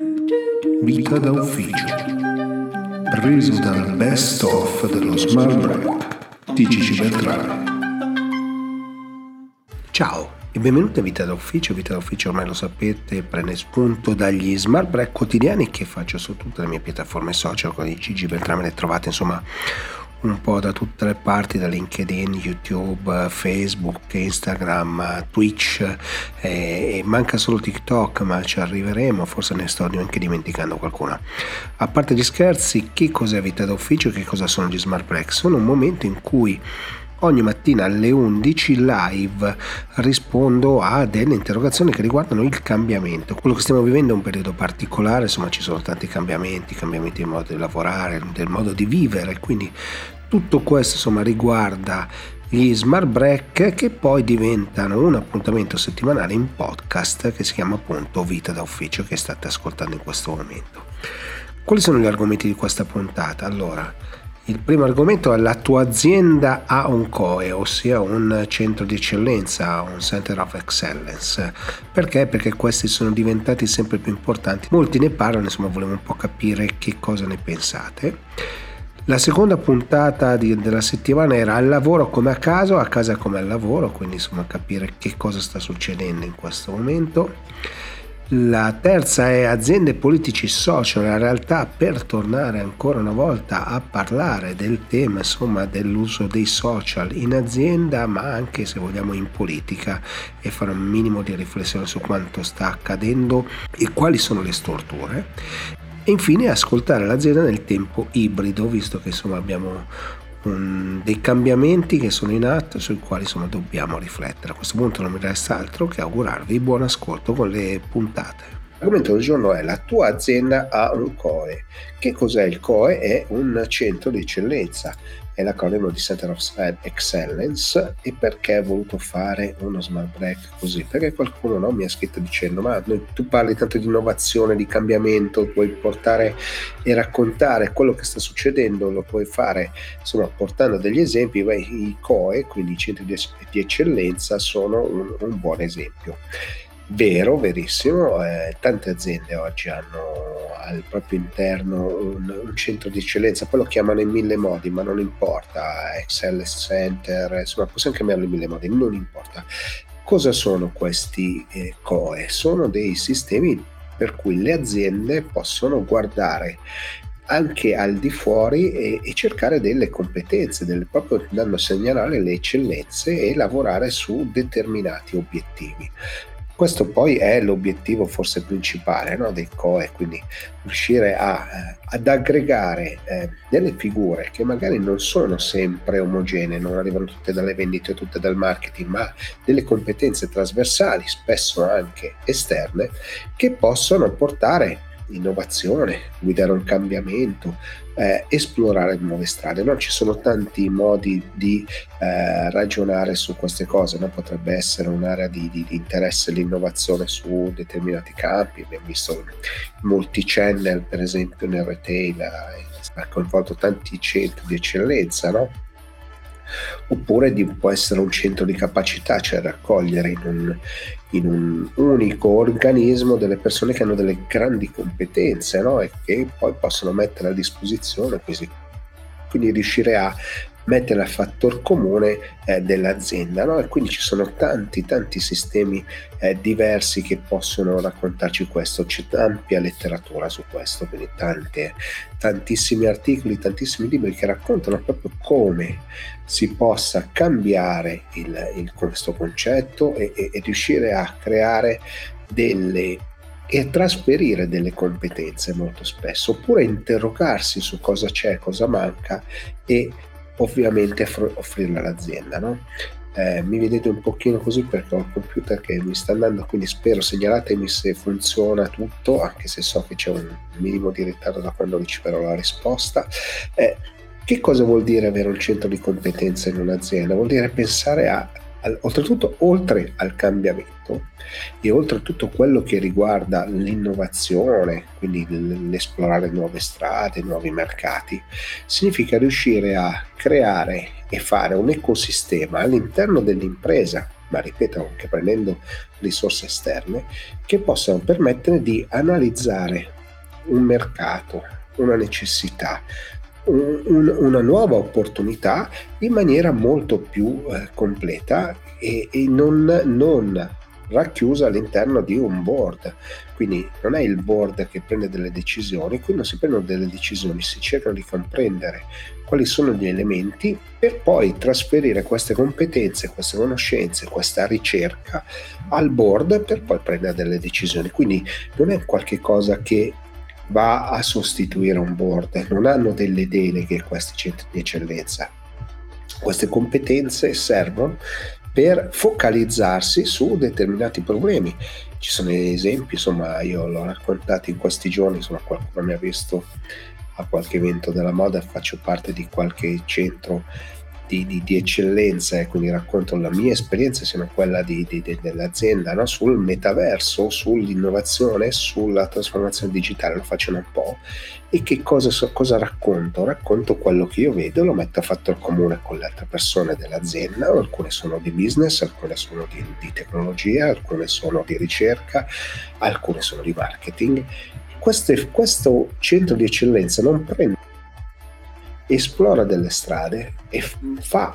Vita da ufficio, preso dal best of dello Smart Break di Gigi Beltrame. Ciao e benvenuti a Vita da ufficio. Vita da ufficio, ormai lo sapete, prende spunto dagli Smart Break quotidiani che faccio su tutte le mie piattaforme social. Con i Gigi Beltrame le trovate insomma un po' da tutte le parti, da LinkedIn, YouTube, Facebook, Instagram, Twitch, e manca solo TikTok, ma ci arriveremo, forse ne sto anche dimenticando qualcuna. A parte gli scherzi, che cos'è Vita da ufficio e che cosa sono gli Smart Break? Sono un momento in cui ogni mattina alle 11 live rispondo a delle interrogazioni che riguardano il cambiamento. Quello che stiamo vivendo è un periodo particolare, insomma ci sono tanti cambiamenti del modo di lavorare, del modo di vivere, quindi tutto questo insomma riguarda gli Smart Break, che poi diventano un appuntamento settimanale in podcast che si chiama appunto Vita da ufficio, che state ascoltando in questo momento. Quali sono gli argomenti di questa puntata? Allora, il primo argomento è: la tua azienda ha un COE, ossia un centro di eccellenza, un Center of Excellence. Perché? Perché questi sono diventati sempre più importanti. Molti ne parlano, insomma volevo un po' capire che cosa ne pensate. La seconda puntata della settimana era al lavoro come a casa come al lavoro, quindi insomma capire che cosa sta succedendo in questo momento. La terza è aziende, politici, social, in realtà, per tornare ancora una volta a parlare del tema insomma dell'uso dei social in azienda, ma anche se vogliamo in politica, e fare un minimo di riflessione su quanto sta accadendo e quali sono le storture. E infine ascoltare l'azienda nel tempo ibrido, visto che insomma abbiamo dei cambiamenti che sono in atto sui quali insomma dobbiamo riflettere. A questo punto non mi resta altro che augurarvi buon ascolto con le puntate. L'argomento del giorno è: la tua azienda ha un COE. Che cos'è il COE? È un centro di eccellenza, è l'acronimo di Center of Excellence. E perché ho voluto fare uno Smart Break così? Perché qualcuno mi ha scritto dicendo: ma tu parli tanto di innovazione, di cambiamento, puoi portare e raccontare quello che sta succedendo, lo puoi fare insomma portando degli esempi. Beh, i COE, quindi i centri di eccellenza, sono un buon esempio. Vero, verissimo, tante aziende oggi hanno al proprio interno un centro di eccellenza, poi lo chiamano in mille modi, ma non importa, Excellence Center, insomma possiamo chiamarlo in mille modi, non importa. Cosa sono questi COE? Sono dei sistemi per cui le aziende possono guardare anche al di fuori e cercare delle competenze, proprio andando a segnalare le eccellenze e lavorare su determinati obiettivi. Questo poi è l'obiettivo forse principale, no, dei COE, quindi riuscire ad aggregare delle figure che magari non sono sempre omogenee, non arrivano tutte dalle vendite, tutte dal marketing, ma delle competenze trasversali, spesso anche esterne, che possono portare innovazione, guidare un cambiamento, esplorare nuove strade. No? Ci sono tanti modi di ragionare su queste cose, no? Potrebbe essere un'area di interesse l'innovazione su determinati campi. Abbiamo visto multi-channel, per esempio nel retail, ha coinvolto tanti centri di eccellenza, no? Oppure può essere un centro di capacità, cioè raccogliere in un unico organismo delle persone che hanno delle grandi competenze, no? E che poi possono mettere a disposizione, quindi riuscire a mettere a fattor comune dell'azienda, no? E quindi ci sono tanti sistemi diversi che possono raccontarci questo. C'è ampia letteratura su questo, quindi tantissimi articoli, tantissimi libri che raccontano proprio come si possa cambiare questo concetto e riuscire a creare e trasferire delle competenze molto spesso, oppure interrogarsi su cosa c'è, cosa manca e ovviamente offrirla all'azienda, no? Mi vedete un pochino così perché ho il computer che mi sta andando, quindi segnalatemi se funziona tutto, anche se so che c'è un minimo di ritardo da quando riceverò la risposta. Che cosa vuol dire avere un centro di competenza in un'azienda? Vuol dire pensare oltretutto, oltre al cambiamento e oltre a tutto quello che riguarda l'innovazione, quindi l'esplorare nuove strade, nuovi mercati, significa riuscire a creare e fare un ecosistema all'interno dell'impresa ma ripeto anche prendendo risorse esterne, che possano permettere di analizzare un mercato, una necessità, una nuova opportunità in maniera molto più completa e non racchiusa all'interno di un board. Quindi non è il board che prende delle decisioni, qui non si prendono delle decisioni, si cercano di comprendere quali sono gli elementi per poi trasferire queste competenze, queste conoscenze, questa ricerca al board per poi prendere delle decisioni. Quindi non è qualche cosa che va a sostituire un board, non hanno delle deleghe questi centri di eccellenza. Queste competenze servono per focalizzarsi su determinati problemi. Ci sono esempi, insomma, io l'ho raccontato in questi giorni, insomma, qualcuno mi ha visto a qualche evento della moda, faccio parte di qualche centro di eccellenza e quindi racconto la mia esperienza, sia quella dell'azienda, no? Sul metaverso, sull'innovazione, sulla trasformazione digitale, lo faccio un po'. E che cosa racconto? Racconto quello che io vedo, lo metto a fattor comune con le altre persone dell'azienda, alcune sono di business, alcune sono di tecnologia, alcune sono di ricerca, alcune sono di marketing. Questo centro di eccellenza non prende, esplora delle strade e fa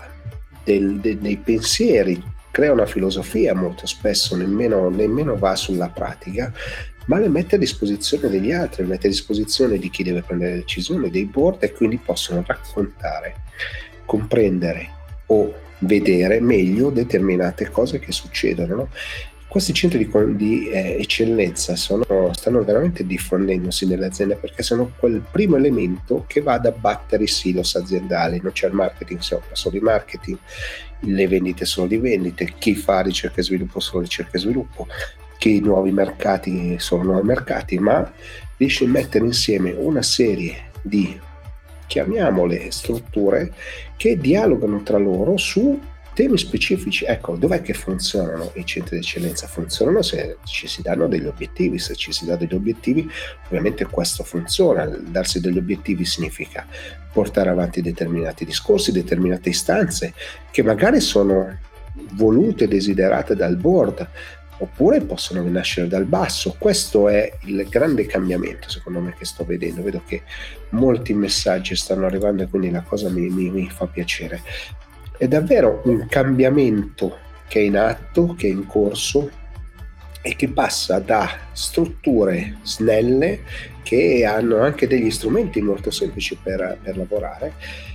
dei pensieri, crea una filosofia, molto spesso nemmeno va sulla pratica, ma le mette a disposizione degli altri, le mette a disposizione di chi deve prendere le decisioni, dei board, e quindi possono raccontare, comprendere o vedere meglio determinate cose che succedono, no? Questi centri di eccellenza stanno veramente diffondendosi nelle aziende, perché sono quel primo elemento che va ad abbattere i silos aziendali. Non c'è il marketing solo di marketing, le vendite solo di vendite, chi fa ricerca e sviluppo solo ricerca e sviluppo, chi nuovi mercati sono nuovi mercati, ma riesce a mettere insieme una serie di, chiamiamole, strutture che dialogano tra loro su temi specifici. Ecco, dov'è che funzionano i centri di eccellenza? Funzionano se ci si danno degli obiettivi. Se ci si dà degli obiettivi, ovviamente questo funziona. Darsi degli obiettivi significa portare avanti determinati discorsi, determinate istanze che magari sono volute e desiderate dal board, oppure possono nascere dal basso. Questo è il grande cambiamento, secondo me, che sto vedendo. Vedo che molti messaggi stanno arrivando e quindi la cosa mi fa piacere. È davvero un cambiamento che è in atto, che è in corso e che passa da strutture snelle che hanno anche degli strumenti molto semplici per lavorare,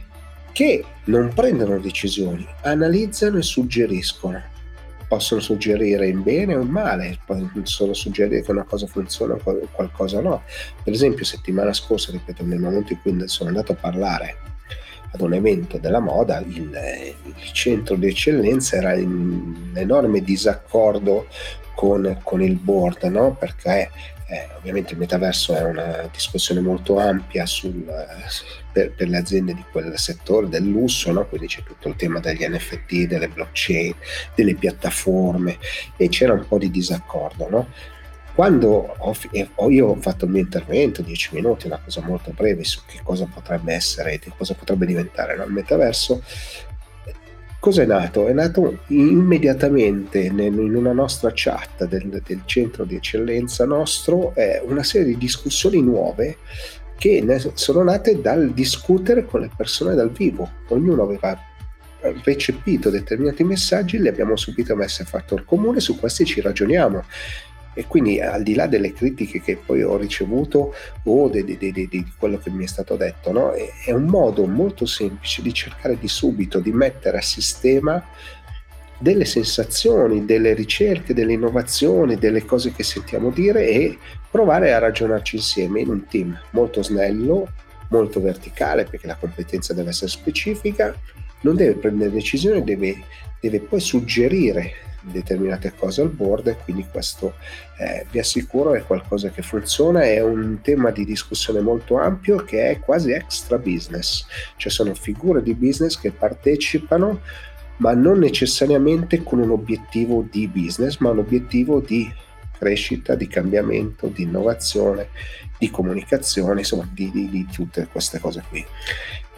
che non prendono decisioni, analizzano e suggeriscono. Possono suggerire in bene o in male, possono suggerire che una cosa funziona o qualcosa no. Per esempio, settimana scorsa, ripeto, nel momento in cui sono andato a parlare ad un evento della moda, il centro di eccellenza era in enorme disaccordo con il board, no? Perché ovviamente il metaverso è una discussione molto ampia per le aziende di quel settore del lusso, no? Quindi c'è tutto il tema degli NFT, delle blockchain, delle piattaforme, e c'era un po' di disaccordo, no? Quando io ho fatto il mio intervento, 10 minuti, una cosa molto breve, su che cosa potrebbe essere, che cosa potrebbe diventare, no? Il metaverso, cosa è nato? È nato immediatamente in una nostra chat del centro di eccellenza nostro, una serie di discussioni nuove che sono nate dal discutere con le persone dal vivo. Ognuno aveva recepito determinati messaggi, li abbiamo subito messi a fattor comune, su questi ci ragioniamo. E quindi, al di là delle critiche che poi ho ricevuto o di quello che mi è stato detto, no? È un modo molto semplice di cercare di mettere a sistema delle sensazioni, delle ricerche, delle innovazioni, delle cose che sentiamo dire, e provare a ragionarci insieme in un team molto snello, molto verticale, perché la competenza deve essere specifica, non deve prendere decisioni, deve poi suggerire determinate cose al board, e quindi questo vi assicuro è qualcosa che funziona. È un tema di discussione molto ampio che è quasi extra business, cioè sono figure di business che partecipano, ma non necessariamente con un obiettivo di business, ma un obiettivo di crescita, di cambiamento, di innovazione, di comunicazione, insomma di tutte queste cose qui.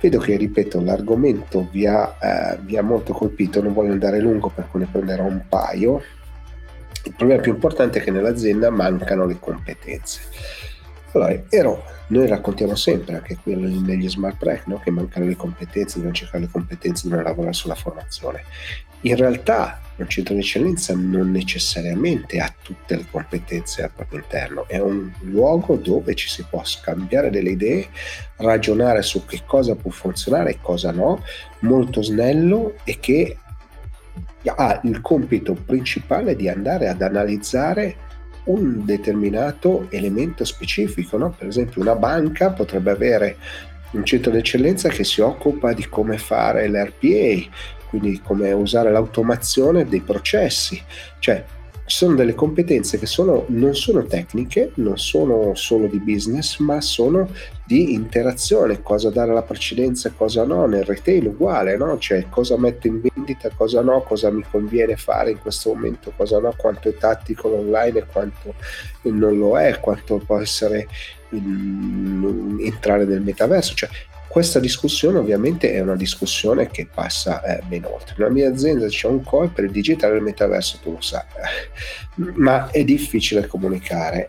Vedo che, ripeto, l'argomento vi ha molto colpito, non voglio andare lungo per cui ne prenderò un paio. Il problema più importante è che nell'azienda mancano le competenze. Allora, noi raccontiamo sempre, anche qui negli Smart Break, no? Che mancano le competenze, dobbiamo cercare le competenze, dobbiamo lavorare sulla formazione. In realtà un centro di eccellenza non necessariamente ha tutte le competenze al proprio interno, è un luogo dove ci si può scambiare delle idee, ragionare su che cosa può funzionare e cosa no, molto snello, e che ha il compito principale di andare ad analizzare un determinato elemento specifico, no? Per esempio una banca potrebbe avere un centro d'eccellenza che si occupa di come fare l'RPA, quindi come usare l'automazione dei processi. Cioè, ci sono delle competenze che non sono tecniche, non sono solo di business, ma sono di interazione, cosa dare la precedenza, cosa no. Nel retail uguale, no? Cioè, cosa metto in vendita, cosa no, cosa mi conviene fare in questo momento, cosa no, quanto è tattico online e quanto non lo è, quanto può essere entrare nel metaverso. Cioè, questa discussione ovviamente è una discussione che passa ben oltre. Nella mia azienda c'è un call per il digitale e il metaverso, tu lo sai, ma è difficile comunicare.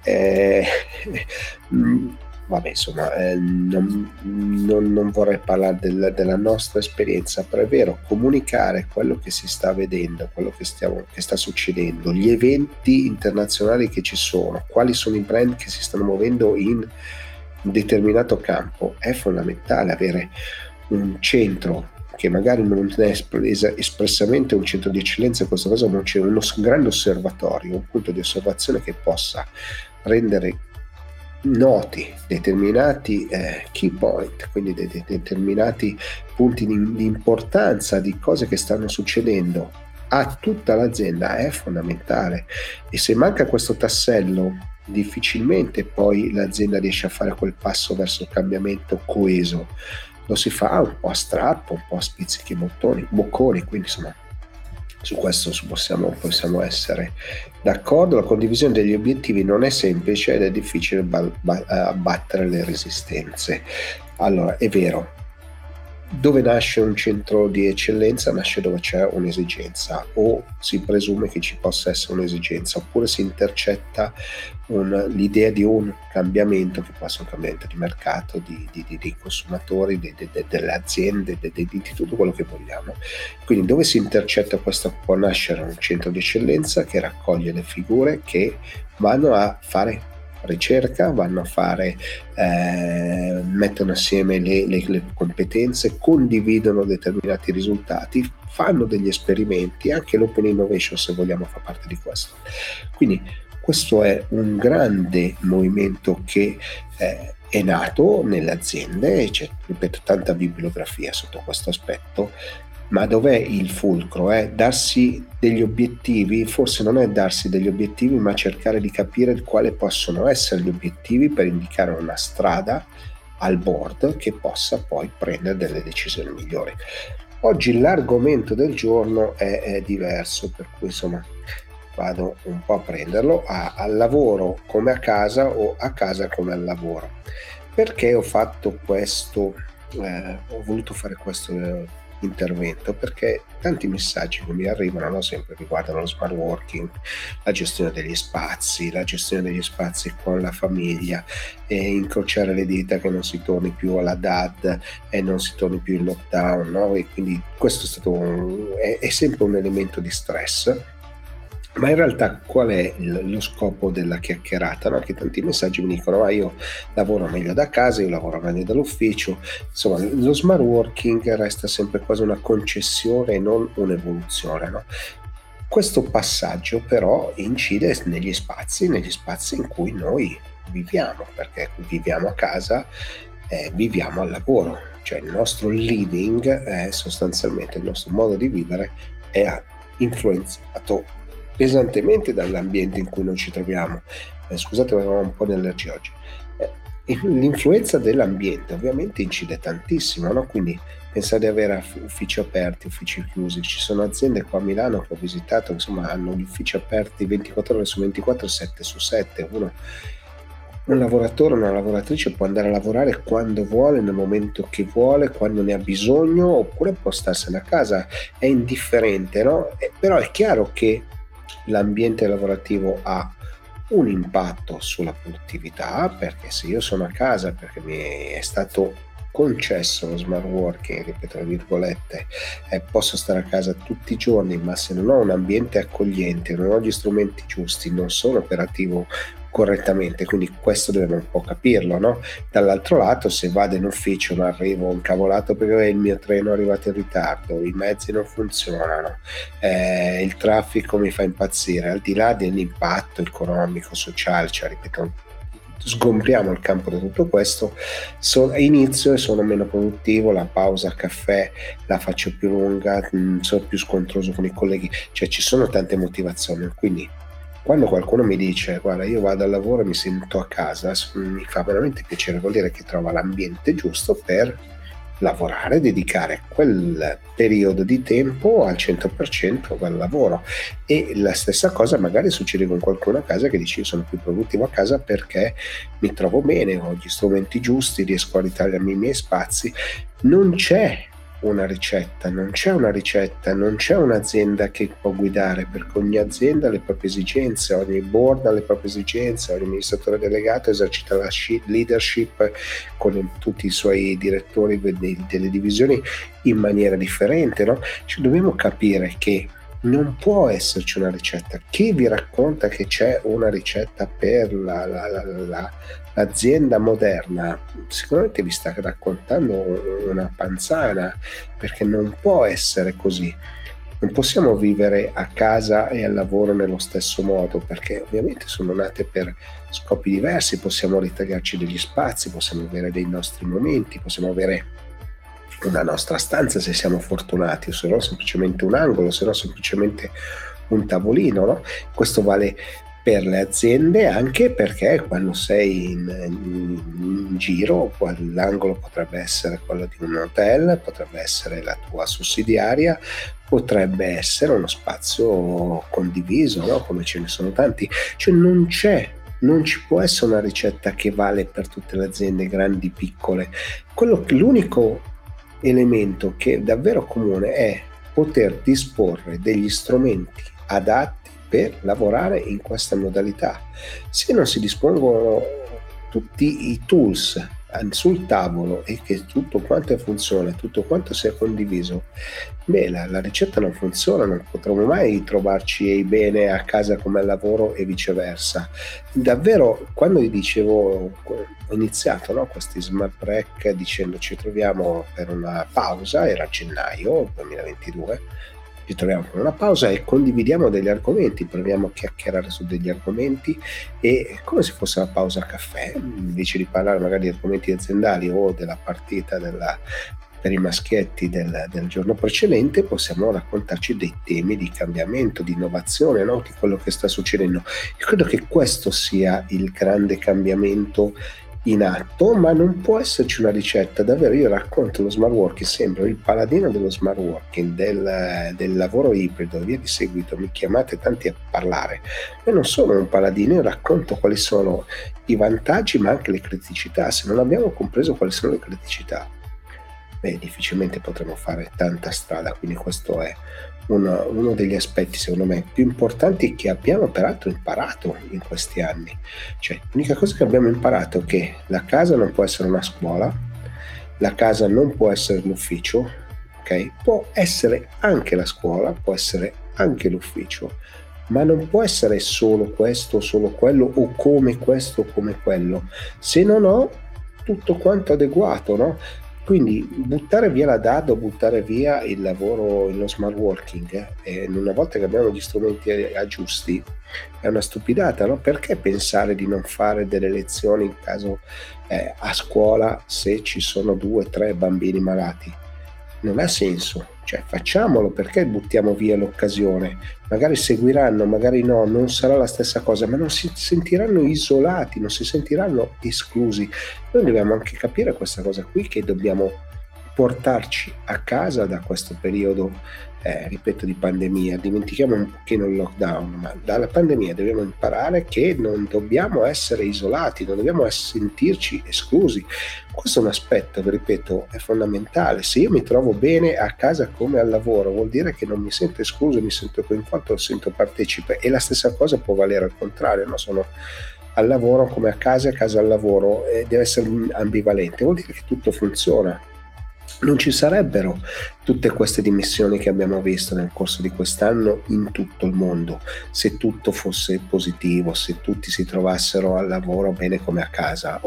Vabbè, insomma, non vorrei parlare della nostra esperienza, però è vero, comunicare quello che si sta vedendo, quello che sta succedendo, gli eventi internazionali che ci sono, quali sono i brand che si stanno muovendo in un determinato campo. È fondamentale avere un centro che magari non è espressamente un centro di eccellenza, questa cosa, ma c'è uno grande osservatorio, un punto di osservazione che possa rendere noti determinati key point, quindi determinati punti di importanza di cose che stanno succedendo a tutta l'azienda. È fondamentale, e se manca questo tassello difficilmente poi l'azienda riesce a fare quel passo verso il cambiamento coeso. Lo si fa un po' a strappo, un po' a spizzichi bocconi, quindi insomma su questo possiamo essere d'accordo. La condivisione degli obiettivi non è semplice ed è difficile abbattere le resistenze. Allora, è vero, dove nasce un centro di eccellenza? Nasce dove c'è un'esigenza, o si presume che ci possa essere un'esigenza, oppure si intercetta l'idea di un cambiamento, che può essere un cambiamento di mercato, dei consumatori, delle aziende, di tutto quello che vogliamo. Quindi dove si intercetta questo può nascere un centro di eccellenza che raccoglie le figure che vanno a fare ricerca, vanno a fare mettono assieme le competenze, condividono determinati risultati, fanno degli esperimenti. Anche l'open innovation, se vogliamo, fa parte di questo. Quindi questo è un grande movimento che è nato nelle aziende, e c'è, ripeto, tanta bibliografia sotto questo aspetto. Ma dov'è il fulcro? Darsi degli obiettivi. Forse non è darsi degli obiettivi, ma cercare di capire quali possono essere gli obiettivi per indicare una strada al board che possa poi prendere delle decisioni migliori. Oggi l'argomento del giorno è diverso, per cui insomma vado un po' a prenderlo al lavoro come a casa, o a casa come al lavoro. Perché ho fatto questo? Ho voluto fare questo intervento perché tanti messaggi che mi arrivano, no, sempre riguardano lo smart working, la gestione degli spazi con la famiglia, e incrociare le dita che non si torni più alla DAD e non si torni più in lockdown, no? E quindi questo è sempre un elemento di stress. Ma in realtà qual è lo scopo della chiacchierata? No? Che tanti messaggi mi dicono: ma io lavoro meglio da casa, io lavoro meglio dall'ufficio. Insomma, lo smart working resta sempre quasi una concessione e non un'evoluzione, no? Questo passaggio però incide negli spazi in cui noi viviamo, perché viviamo a casa, viviamo al lavoro. Cioè il nostro living è sostanzialmente, il nostro modo di vivere è influenzato pesantemente dall'ambiente in cui noi ci troviamo. Scusate, avevo un po' di allergia oggi. L'influenza dell'ambiente ovviamente incide tantissimo, no? Quindi pensare di avere uffici aperti, uffici chiusi. Ci sono aziende qua a Milano che ho visitato, insomma, hanno gli uffici aperti 24 ore su 24, 7 su 7. Uno Un lavoratore o una lavoratrice può andare a lavorare quando vuole, nel momento che vuole, quando ne ha bisogno, oppure può starsene a casa, è indifferente, no? Però è chiaro che l'ambiente lavorativo ha un impatto sulla produttività, perché se io sono a casa perché mi è stato concesso lo smart working, ripeto tra virgolette, posso stare a casa tutti i giorni, ma se non ho un ambiente accogliente, non ho gli strumenti giusti, non sono operativo correttamente, quindi questo dobbiamo un po' capirlo, no? Dall'altro lato, se vado in ufficio ma arrivo incavolato perché il mio treno è arrivato in ritardo, i mezzi non funzionano, il traffico mi fa impazzire, al di là dell'impatto economico, sociale, cioè ripeto, sgombriamo il campo da tutto questo, inizio e sono meno produttivo, la pausa caffè la faccio più lunga, sono più scontroso con i colleghi, cioè ci sono tante motivazioni, quindi quando qualcuno mi dice guarda io vado al lavoro e mi sento a casa, mi fa veramente piacere, vuol dire che trova l'ambiente giusto per lavorare, dedicare quel periodo di tempo al 100% al lavoro. E la stessa cosa magari succede con qualcuno a casa che dice io sono più produttivo a casa perché mi trovo bene, ho gli strumenti giusti, riesco a ritagliarmi i miei spazi. Non c'è una ricetta, non c'è una ricetta, non c'è un'azienda che può guidare, perché ogni azienda ha le proprie esigenze, ogni board ha le proprie esigenze, ogni amministratore delegato esercita la leadership con tutti i suoi direttori delle divisioni in maniera differente, no? Cioè, dobbiamo capire che non può esserci una ricetta. Chi vi racconta che c'è una ricetta per l'azienda moderna sicuramente vi sta raccontando una panzana, perché non può essere così. Non possiamo vivere a casa e al lavoro nello stesso modo, perché ovviamente sono nate per scopi diversi, possiamo ritagliarci degli spazi, possiamo avere dei nostri momenti, possiamo avere una nostra stanza se siamo fortunati, o se no semplicemente un angolo, se no semplicemente un tavolino, no? Questo vale per le aziende, anche perché quando sei in giro l'angolo potrebbe essere quello di un hotel, potrebbe essere la tua sussidiaria, potrebbe essere uno spazio condiviso, no? Come ce ne sono tanti, cioè non ci può essere una ricetta che vale per tutte le aziende, grandi, piccole. L'unico elemento che è davvero comune è poter disporre degli strumenti adatti per lavorare in questa modalità. Se non si dispongono tutti i tools sul tavolo e che tutto quanto funziona, tutto quanto sia condiviso, la ricetta non funziona, non potremo mai trovarci bene a casa come al lavoro e viceversa. Davvero, quando vi dicevo, ho iniziato, no, questi smart break dicendo ci troviamo per una pausa, era gennaio 2022, ci troviamo per una pausa e condividiamo degli argomenti, proviamo a chiacchierare su degli argomenti e come se fosse una pausa caffè, invece di parlare magari di argomenti aziendali o della partita per i maschietti del giorno precedente, possiamo raccontarci dei temi di cambiamento, di innovazione, no? Di quello che sta succedendo. Io credo che questo sia il grande cambiamento in atto, ma non può esserci una ricetta. Davvero, io racconto lo smart working, sembro il paladino dello smart working, del lavoro ibrido e via di seguito, mi chiamate tanti a parlare, ma non sono un paladino, io racconto quali sono i vantaggi ma anche le criticità. Se non abbiamo compreso quali sono le criticità, difficilmente potremo fare tanta strada, quindi questo è uno degli aspetti secondo me più importanti che abbiamo peraltro imparato in questi anni. Cioè, l'unica cosa che abbiamo imparato è che la casa non può essere una scuola, la casa non può essere l'ufficio, ok? Può essere anche la scuola, può essere anche l'ufficio, ma non può essere solo questo, solo quello, o come questo o come quello, se non ho tutto quanto adeguato, no? Quindi buttare via la DAD o buttare via il lavoro, lo smart working, una volta che abbiamo gli strumenti giusti, è una stupidata, no? Perché pensare di non fare delle lezioni in caso a scuola se ci sono 2 o 3 bambini malati? Non ha senso, cioè facciamolo, perché buttiamo via l'occasione? Magari seguiranno, magari no, non sarà la stessa cosa, ma non si sentiranno isolati, non si sentiranno esclusi. Noi dobbiamo anche capire questa cosa qui, che dobbiamo portarci a casa da questo periodo, ripeto, di pandemia. Dimentichiamo un pochino il lockdown, ma dalla pandemia dobbiamo imparare che non dobbiamo essere isolati, non dobbiamo sentirci esclusi. Questo è un aspetto che, ripeto, è fondamentale. Se io mi trovo bene a casa come al lavoro, vuol dire che non mi sento escluso, mi sento coinvolto, sento partecipe, e la stessa cosa può valere al contrario, no? Sono al lavoro come a casa al lavoro, deve essere ambivalente, vuol dire che tutto funziona. Non ci sarebbero tutte queste dimissioni che abbiamo visto nel corso di quest'anno in tutto il mondo, se tutto fosse positivo, se tutti si trovassero al lavoro bene come a casa.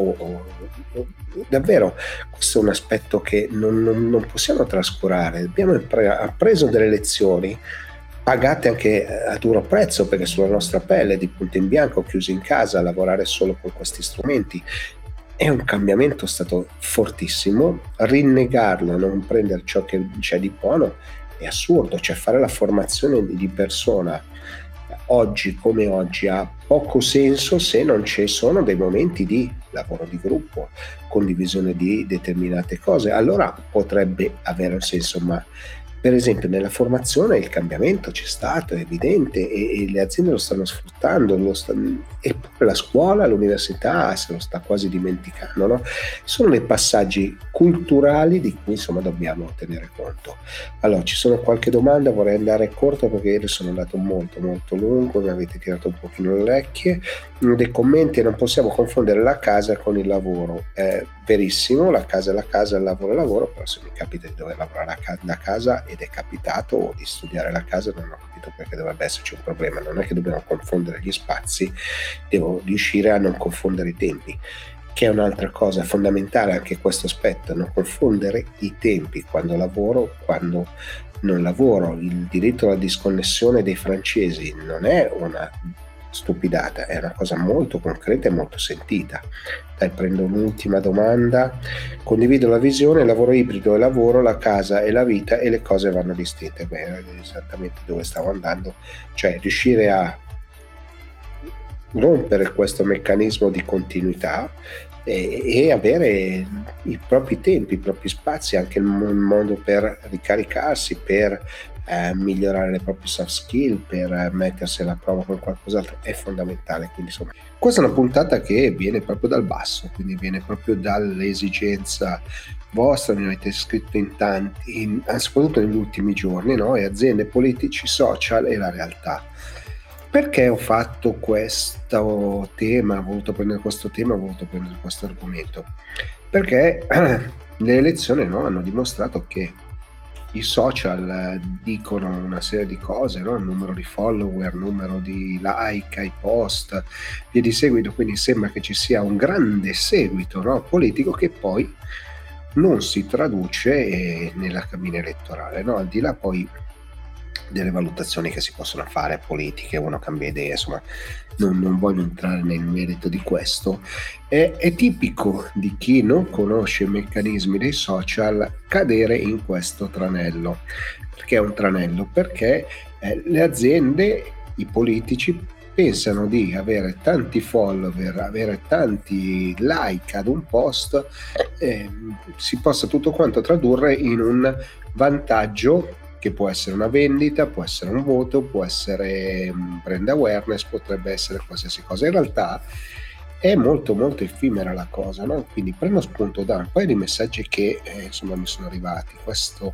Davvero, questo è un aspetto che non possiamo trascurare. Abbiamo appreso delle lezioni pagate anche a duro prezzo, perché sulla nostra pelle, di punto in bianco, chiusi in casa, a lavorare solo con questi strumenti. È un cambiamento stato fortissimo. Rinnegarlo, non prendere ciò che c'è di buono, è assurdo. Cioè, fare la formazione di persona oggi come oggi ha poco senso se non ci sono dei momenti di lavoro di gruppo, condivisione di determinate cose. Allora potrebbe avere un senso, ma per esempio nella formazione il cambiamento c'è stato, è evidente, e le aziende lo stanno sfruttando, e poi la scuola, l'università se lo sta quasi dimenticando, no? Sono dei passaggi culturali di cui insomma dobbiamo tenere conto. Allora, ci sono qualche domanda, vorrei andare corto perché ieri sono andato molto lungo, mi avete tirato un pochino le orecchie. Dei commenti: non possiamo confondere la casa con il lavoro. Verissimo, la casa è la casa, il lavoro è il lavoro, però se mi capita di dover lavorare da casa, ed è capitato, o di studiare la casa, non ho capito perché dovrebbe esserci un problema. Non è che dobbiamo confondere gli spazi, devo riuscire a non confondere i tempi, che è un'altra cosa fondamentale, anche questo aspetto, non confondere i tempi, quando lavoro, quando non lavoro. Il diritto alla disconnessione dei francesi non è una stupidata, è una cosa molto concreta e molto sentita. Dai, prendo un'ultima domanda. Condivido la visione: il lavoro ibrido è lavoro, la casa è la vita e le cose vanno distinte. Beh, esattamente dove stavo andando, cioè riuscire a rompere questo meccanismo di continuità e avere i propri tempi, i propri spazi, anche il modo per ricaricarsi, per migliorare le proprie soft skill, per mettersi alla prova con qualcos'altro, è fondamentale. Quindi insomma, questa è una puntata che viene proprio dal basso, quindi viene proprio dall'esigenza vostra, mi avete scritto in tanti, soprattutto negli ultimi giorni, no? E aziende, politici, social e la realtà. Perché ho fatto questo tema, ho voluto prendere questo tema, ho voluto prendere questo argomento? Perché le elezioni, no, hanno dimostrato che i social dicono una serie di cose, no? Il numero di follower, numero di like ai post, via di seguito, quindi sembra che ci sia un grande seguito, no, politico, che poi non si traduce nella cabina elettorale, no? Al di là poi delle valutazioni che si possono fare politiche, uno cambia idea, insomma non voglio entrare nel merito di questo. È tipico di chi non conosce i meccanismi dei social cadere in questo tranello. Perché è un tranello? Perché le aziende, i politici pensano di avere tanti follower, avere tanti like ad un post, si possa tutto quanto tradurre in un vantaggio, che può essere una vendita, può essere un voto, può essere brand awareness, potrebbe essere qualsiasi cosa. In realtà è molto effimera la cosa, no? Quindi prendo spunto da un paio di messaggi che insomma mi sono arrivati. Questo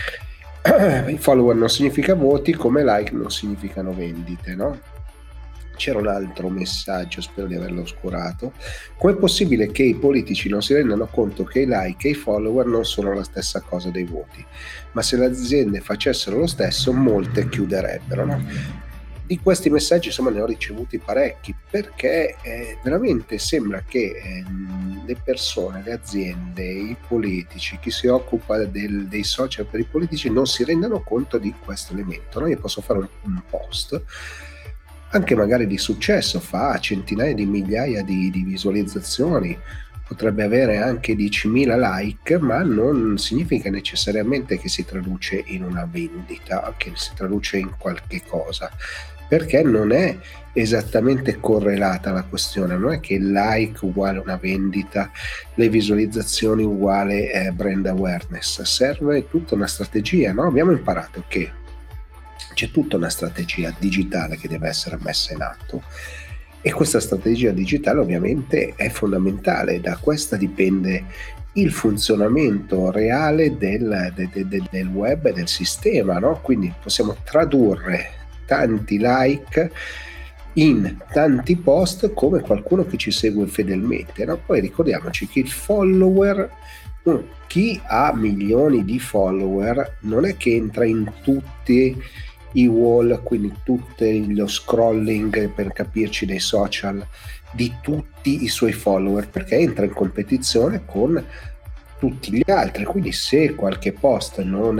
i follower non significa voti, come like non significano vendite, no? C'era un altro messaggio, spero di averlo oscurato. Com'è possibile che i politici non si rendano conto che i like e i follower non sono la stessa cosa dei voti? Ma se le aziende facessero lo stesso, molte chiuderebbero, no? Di questi messaggi insomma ne ho ricevuti parecchi, perché veramente sembra che le persone, le aziende, i politici, chi si occupa dei social per i politici non si rendano conto di questo elemento, no? Io posso fare un post anche magari di successo, fa centinaia di migliaia di visualizzazioni, potrebbe avere anche 10.000 like, ma non significa necessariamente che si traduce in una vendita, che si traduce in qualche cosa. perché non è esattamente correlata la questione, non è che il like uguale una vendita, le visualizzazioni uguale brand awareness, serve tutta una strategia, no? Abbiamo imparato che c'è tutta una strategia digitale che deve essere messa in atto, e questa strategia digitale ovviamente è fondamentale. Da questa dipende il funzionamento reale del web e del sistema, no? Quindi possiamo tradurre tanti like in tanti post come qualcuno che ci segue fedelmente, no? Poi ricordiamoci che il follower, chi ha milioni di follower, non è che entra in tutti i wall, quindi tutto lo scrolling, per capirci, dei social di tutti i suoi follower, perché entra in competizione con tutti gli altri. Quindi se qualche post non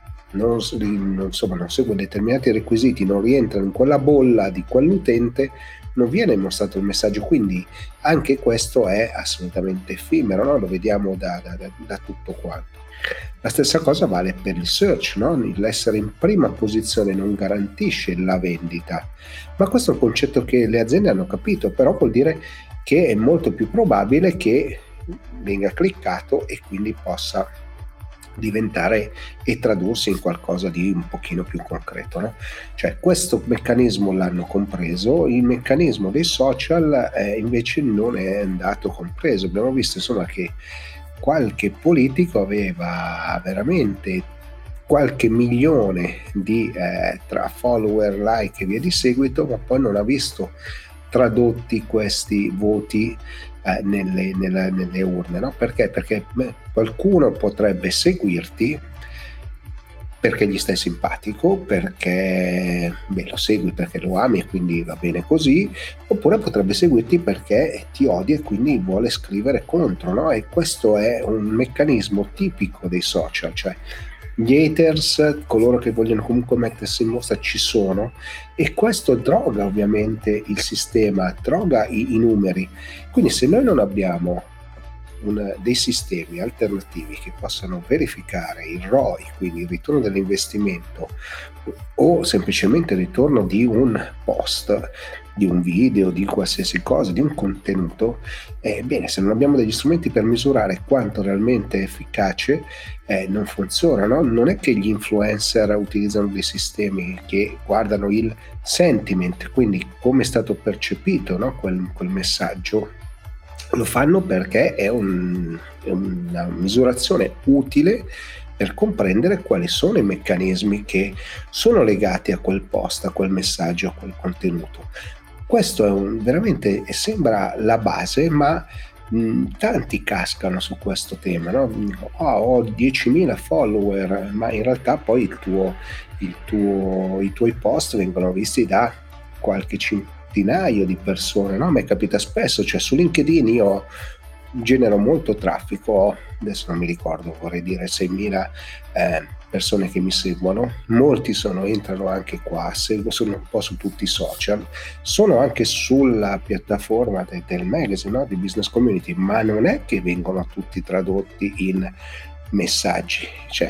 segue determinati requisiti, non rientra in quella bolla di quell'utente, non viene mostrato il messaggio. Quindi anche questo è assolutamente effimero, no? Lo vediamo da tutto quanto. La stessa cosa vale per il search, no? L'essere in prima posizione non garantisce la vendita, ma questo è un concetto che le aziende hanno capito, però vuol dire che è molto più probabile che venga cliccato e quindi possa diventare e tradursi in qualcosa di un pochino più concreto, no? Cioè, questo meccanismo l'hanno compreso, il meccanismo dei social invece non è andato compreso. Abbiamo visto insomma che qualche politico aveva veramente qualche milione di tra follower, like e via di seguito, ma poi non ha visto tradotti questi voti nelle urne, no? Perché? Perché qualcuno potrebbe seguirti perché gli stai simpatico, perché lo segui perché lo ami e quindi va bene così, oppure potrebbe seguirti perché ti odia e quindi vuole scrivere contro, no? E questo è un meccanismo tipico dei social, cioè gli haters, coloro che vogliono comunque mettersi in mostra, ci sono, e questo droga ovviamente il sistema, droga i numeri. Quindi se noi non abbiamo dei sistemi alternativi che possano verificare il ROI, quindi il ritorno dell'investimento, o semplicemente il ritorno di un post, di un video, di qualsiasi cosa, di un contenuto, bene, se non abbiamo degli strumenti per misurare quanto realmente è efficace, non funziona, no? Non è che gli influencer utilizzano dei sistemi che guardano il sentiment, quindi come è stato percepito, no? quel messaggio. Lo fanno perché è una misurazione utile per comprendere quali sono i meccanismi che sono legati a quel post, a quel messaggio, a quel contenuto. Questo è veramente sembra la base, ma tanti cascano su questo tema, no? Ho 10.000 follower, ma in realtà poi i tuoi post vengono visti da qualche centinaio di persone, no? Mi capita spesso, cioè su LinkedIn io genero molto traffico, adesso non mi ricordo, vorrei dire 6.000 persone che mi seguono, molti entrano anche qua, sono un po' su tutti i social, sono anche sulla piattaforma del magazine, no? Di Business Community, ma non è che vengono tutti tradotti in messaggi, cioè,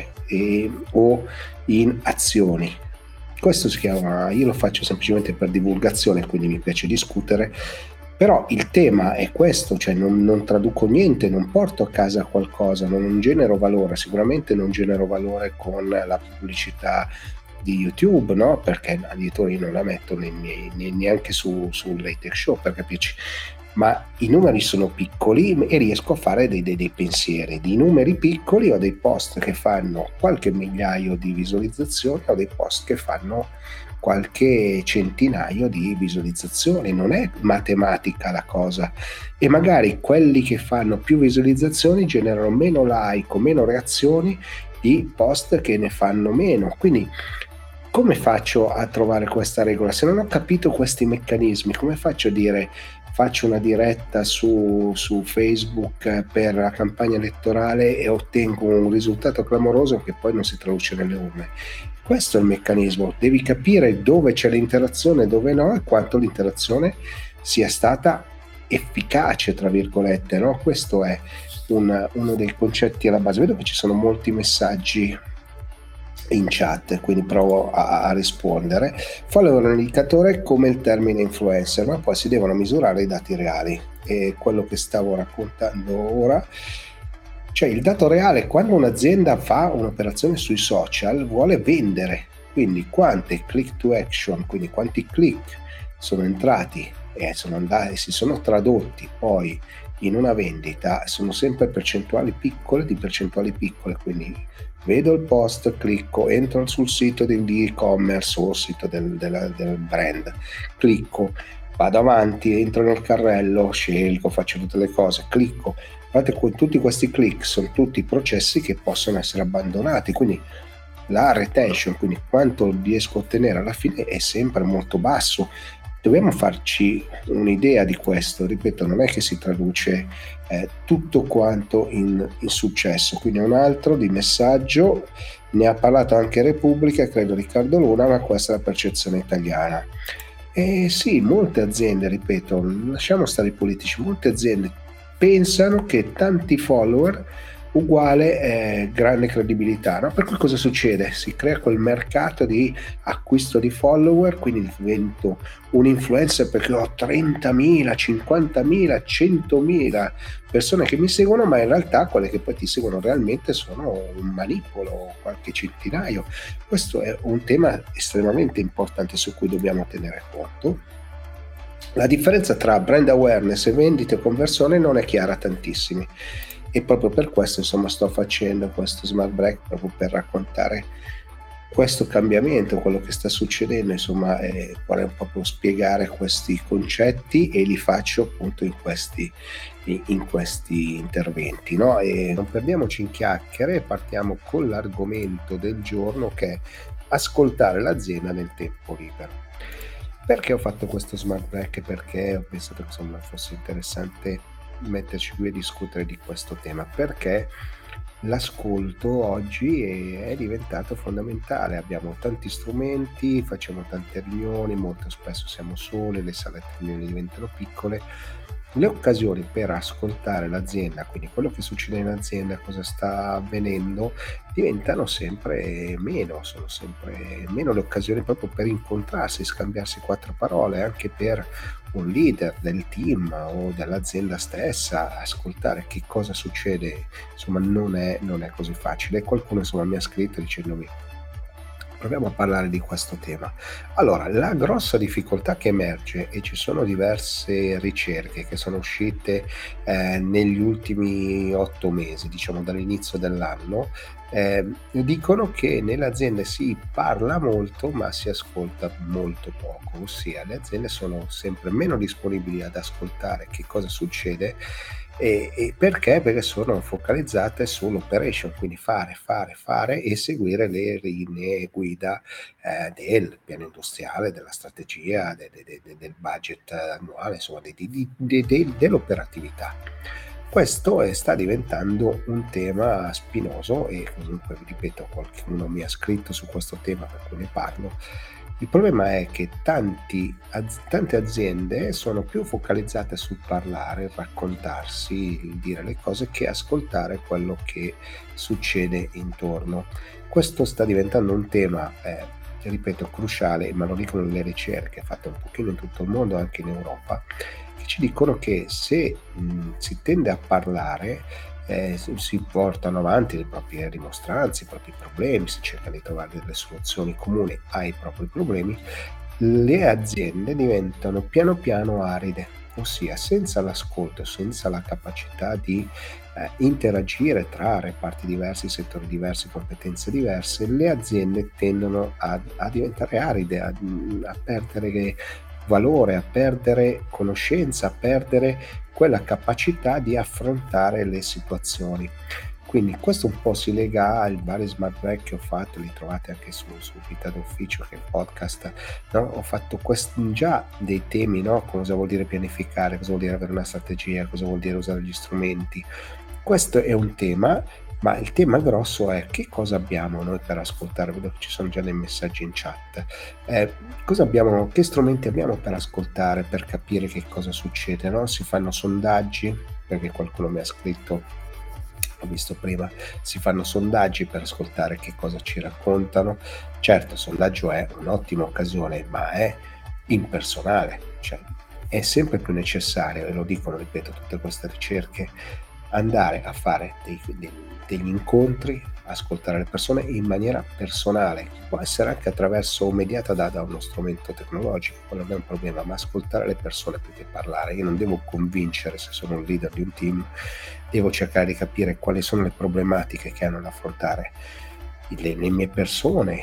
o in azioni. Questo si chiama, io lo faccio semplicemente per divulgazione, quindi mi piace discutere, però il tema è questo, cioè non traduco niente, non porto a casa qualcosa, non genero valore, sicuramente non genero valore con la pubblicità di YouTube, no? Perché addirittura io non la metto neanche sul Late Show, per capirci, ma i numeri sono piccoli e riesco a fare dei pensieri. Di numeri piccoli ho dei post che fanno qualche migliaio di visualizzazioni, ho dei post che fanno qualche centinaio di visualizzazioni. Non è matematica la cosa, e magari quelli che fanno più visualizzazioni generano meno like o meno reazioni di post che ne fanno meno. Quindi come faccio a trovare questa regola? Se non ho capito questi meccanismi, come faccio a dire faccio una diretta su Facebook per la campagna elettorale e ottengo un risultato clamoroso che poi non si traduce nelle urne? Questo è il meccanismo, devi capire dove c'è l'interazione e dove no, e quanto l'interazione sia stata efficace, tra virgolette, no? Questo è uno dei concetti alla base. Vedo che ci sono molti messaggi in chat, quindi provo a rispondere. Follower è un indicatore come il termine influencer, ma poi si devono misurare i dati reali, e quello che stavo raccontando ora, cioè il dato reale, quando un'azienda fa un'operazione sui social vuole vendere, quindi quante click to action, quindi quanti click sono entrati e sono andati, si sono tradotti poi in una vendita, sono sempre percentuali piccole di percentuali piccole, quindi vedo il post, clicco, entro sul sito di e-commerce o sito del brand, clicco, vado avanti, entro nel carrello, scelgo, faccio tutte le cose, clicco. Guardate, tutti questi click sono tutti processi che possono essere abbandonati, quindi la retention, quindi quanto riesco a ottenere alla fine, è sempre molto basso. Dobbiamo farci un'idea di questo, ripeto, non è che si traduce tutto quanto in successo. Quindi un altro di messaggio, ne ha parlato anche Repubblica, credo Riccardo Luna, ma questa è la percezione italiana. E sì, molte aziende, ripeto, lasciamo stare i politici, molte aziende pensano che tanti follower uguale grande credibilità, no? Per cui cosa succede? Si crea quel mercato di acquisto di follower, quindi divento un influencer perché ho 30.000, 50.000, 100.000 persone che mi seguono, ma in realtà quelle che poi ti seguono realmente sono un manipolo, qualche centinaio. Questo è un tema estremamente importante su cui dobbiamo tenere conto. La differenza tra brand awareness e vendite e conversione non è chiara a tantissimi, e proprio per questo insomma sto facendo questo smart break, proprio per raccontare questo cambiamento, quello che sta succedendo, insomma, vorrei proprio spiegare questi concetti, e li faccio appunto in questi interventi, no? E non perdiamoci in chiacchiere, partiamo con l'argomento del giorno, che è ascoltare l'azienda nel tempo libero. Perché ho fatto questo smart break? Perché ho pensato che insomma fosse interessante metterci qui a discutere di questo tema, perché l'ascolto oggi è diventato fondamentale. Abbiamo tanti strumenti, facciamo tante riunioni, molto spesso siamo soli, le sale riunioni diventano piccole, le occasioni per ascoltare l'azienda, quindi quello che succede in azienda, cosa sta avvenendo, diventano sempre meno, sono sempre meno le occasioni proprio per incontrarsi, scambiarsi quattro parole, anche per un leader del team o dell'azienda stessa, ascoltare che cosa succede, insomma non è così facile. Qualcuno insomma mi ha scritto dicendomi: proviamo a parlare di questo tema. Allora, la grossa difficoltà che emerge, e ci sono diverse ricerche che sono uscite negli ultimi 8 mesi, diciamo dall'inizio dell'anno, dicono che nelle aziende si parla molto ma si ascolta molto poco, ossia le aziende sono sempre meno disponibili ad ascoltare che cosa succede. E perché? Perché sono focalizzate sull'operation, quindi fare e seguire le linee guida del piano industriale, della strategia, del budget annuale, insomma dell'operatività. Questo sta diventando un tema spinoso, e comunque vi ripeto, qualcuno mi ha scritto su questo tema per cui ne parlo. Il problema è che tante aziende sono più focalizzate sul parlare, raccontarsi, il dire le cose, che ascoltare quello che succede intorno. Questo sta diventando un tema, ripeto, cruciale, ma lo dicono le ricerche fatte un pochino in tutto il mondo, anche in Europa, che ci dicono che se si tende a parlare, si portano avanti le proprie rimostranze, i propri problemi, si cerca di trovare delle soluzioni comuni ai propri problemi, le aziende diventano piano piano aride, ossia senza l'ascolto, senza la capacità di interagire tra reparti diversi, settori diversi, competenze diverse, le aziende tendono a diventare aride, a perdere valore, a perdere conoscenza, a perdere quella capacità di affrontare le situazioni. Quindi questo un po' si lega ai vari smart break che ho fatto, li trovate anche su Vita d'Ufficio, che è il podcast, no? Ho fatto già dei temi, no? Cosa vuol dire pianificare, cosa vuol dire avere una strategia, cosa vuol dire usare gli strumenti. Questo è un tema, ma il tema grosso è: che cosa abbiamo noi per ascoltare? Vedo che ci sono già dei messaggi in chat. Che strumenti abbiamo per ascoltare, per capire che cosa succede, no? Si fanno sondaggi, perché qualcuno mi ha scritto ho visto prima, si fanno sondaggi per ascoltare che cosa ci raccontano. Certo, il sondaggio è un'ottima occasione, ma è impersonale, cioè è sempre più necessario, e lo dicono, ripeto, tutte queste ricerche, andare a fare degli incontri, ascoltare le persone in maniera personale, che può essere anche attraverso mediata da uno strumento tecnologico, quello non è un problema, ma ascoltare le persone più che parlare. Io non devo convincere, se sono un leader di un team, devo cercare di capire quali sono le problematiche che hanno da affrontare le mie persone,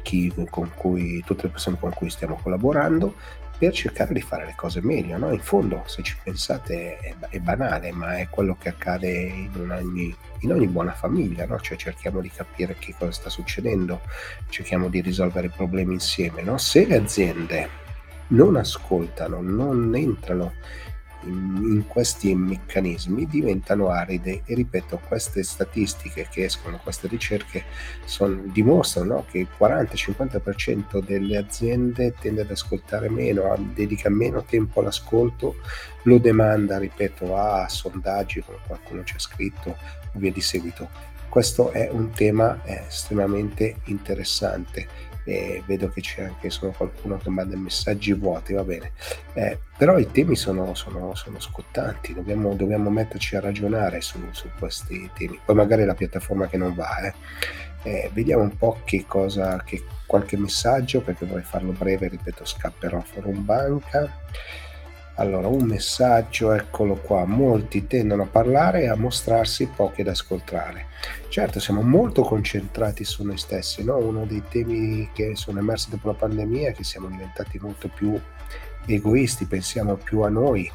tutte le persone con cui stiamo collaborando, per cercare di fare le cose meglio, no? In fondo, se ci pensate, è banale, ma è quello che accade in ogni buona famiglia, no? Cioè cerchiamo di capire che cosa sta succedendo, cerchiamo di risolvere i problemi insieme, no? Se le aziende non ascoltano, non entrano in questi meccanismi, diventano aride, e ripeto, queste statistiche che escono, queste ricerche dimostrano, no, che il 40-50% delle aziende tende ad ascoltare meno, dedica meno tempo all'ascolto, lo demanda, ripeto, a sondaggi, come qualcuno ci ha scritto, o via di seguito. Questo è un tema estremamente interessante. Vedo che c'è anche qualcuno che manda messaggi vuoti, va bene, però i temi sono scottanti, dobbiamo metterci a ragionare su questi temi. Poi magari la piattaforma che non va, vediamo un po' che qualche messaggio, perché vorrei farlo breve, ripeto, scapperò a Forum Banca. Allora, un messaggio, eccolo qua: molti tendono a parlare e a mostrarsi, pochi ad ascoltare. Certo, siamo molto concentrati su noi stessi, no? Uno dei temi che sono emersi dopo la pandemia è che siamo diventati molto più egoisti, pensiamo più a noi,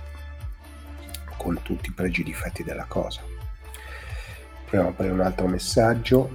con tutti i pregi e difetti della cosa. Proviamo a aprire un altro messaggio.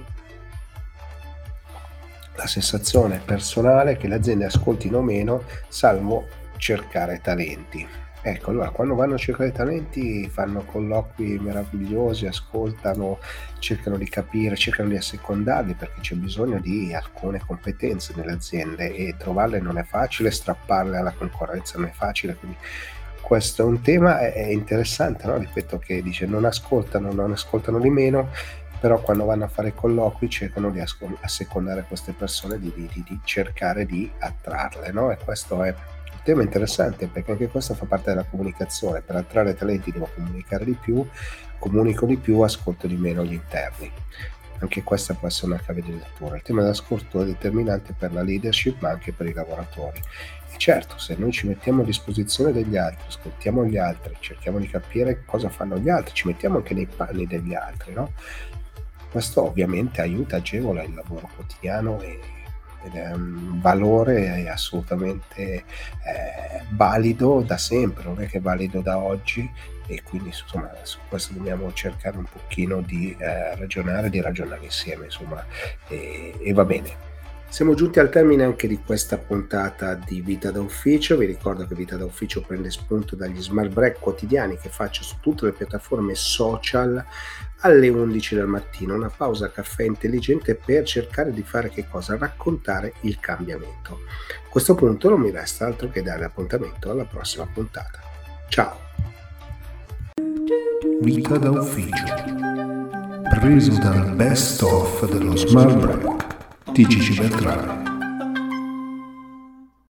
La sensazione personale è che le aziende ascoltino meno, salvo cercare talenti. Ecco, allora quando vanno a cercare talenti fanno colloqui meravigliosi, ascoltano, cercano di capire, cercano di assecondarli, perché c'è bisogno di alcune competenze nelle aziende e trovarle non è facile, strapparle alla concorrenza non è facile, quindi questo è un tema è interessante, no? Ripeto, che dice non ascoltano di meno, però quando vanno a fare colloqui cercano di assecondare queste persone, di cercare di attrarle, no? E questo è un tema interessante, perché anche questo fa parte della comunicazione. Per attrarre talenti devo comunicare di più, comunico di più, ascolto di meno gli interni. Anche questa può essere una chiave di lettura. Il tema dell'ascolto è determinante per la leadership, ma anche per i lavoratori. E certo, se noi ci mettiamo a disposizione degli altri, ascoltiamo gli altri, cerchiamo di capire cosa fanno gli altri, ci mettiamo anche nei panni degli altri, no? Questo ovviamente aiuta, agevola il lavoro quotidiano ed è un valore assolutamente valido da sempre, non è che è valido da oggi, e quindi insomma su questo dobbiamo cercare un pochino di ragionare insieme, insomma, e va bene. Siamo giunti al termine anche di questa puntata di Vita da Ufficio. Vi ricordo che Vita da Ufficio prende spunto dagli smart break quotidiani che faccio su tutte le piattaforme social alle 11 del mattino, una pausa caffè intelligente per cercare di fare che cosa? Raccontare il cambiamento. A questo punto non mi resta altro che dare appuntamento alla prossima puntata. Ciao! Vita da Ufficio, preso dal best of dello smart break di Gigi Beltrame.